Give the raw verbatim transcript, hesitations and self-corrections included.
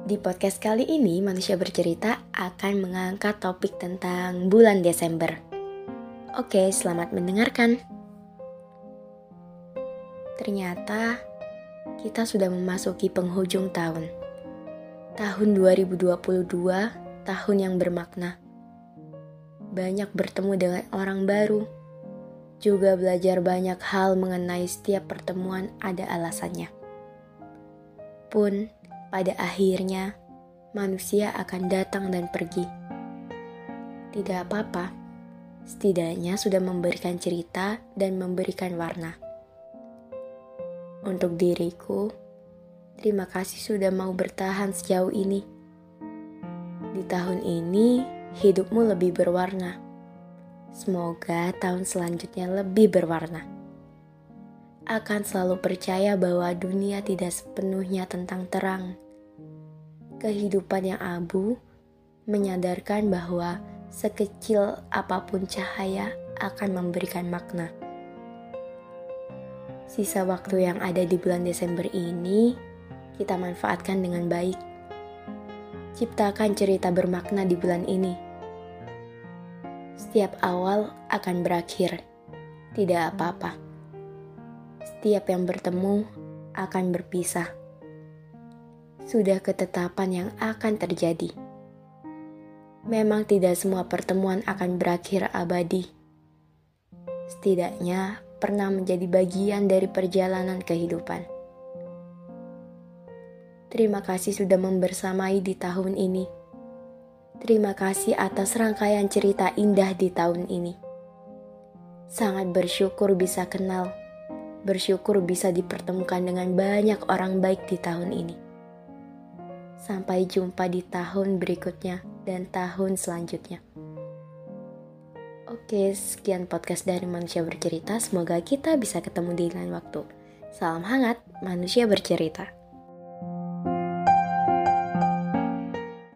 Di podcast kali ini, Manusia Bercerita akan mengangkat topik tentang bulan Desember. Oke, selamat mendengarkan. Ternyata, kita sudah memasuki penghujung tahun. Tahun dua ribu dua puluh dua, tahun yang bermakna. Banyak bertemu dengan orang baru. Juga belajar banyak hal mengenai setiap pertemuan ada alasannya. Pun, pada akhirnya, manusia akan datang dan pergi. Tidak apa-apa, setidaknya sudah memberikan cerita dan memberikan warna. Untuk diriku, terima kasih sudah mau bertahan sejauh ini. Di tahun ini, hidupmu lebih berwarna. Semoga tahun selanjutnya lebih berwarna. Akan selalu percaya bahwa dunia tidak sepenuhnya tentang terang. Kehidupan yang abu menyadarkan bahwa sekecil apapun cahaya akan memberikan makna. Sisa waktu yang ada di bulan Desember ini kita manfaatkan dengan baik. Ciptakan cerita bermakna di bulan ini. Setiap awal akan berakhir, tidak apa-apa. Setiap yang bertemu akan berpisah. Sudah ketetapan yang akan terjadi. Memang tidak semua pertemuan akan berakhir abadi. Setidaknya pernah menjadi bagian dari perjalanan kehidupan. Terima kasih sudah membersamai di tahun ini. Terima kasih atas rangkaian cerita indah di tahun ini. Sangat bersyukur bisa kenal, bersyukur bisa dipertemukan dengan banyak orang baik di tahun ini. Sampai jumpa di tahun berikutnya dan tahun selanjutnya. Oke, sekian podcast dari Manusia Bercerita. Semoga kita bisa ketemu di lain waktu. Salam hangat, Manusia Bercerita.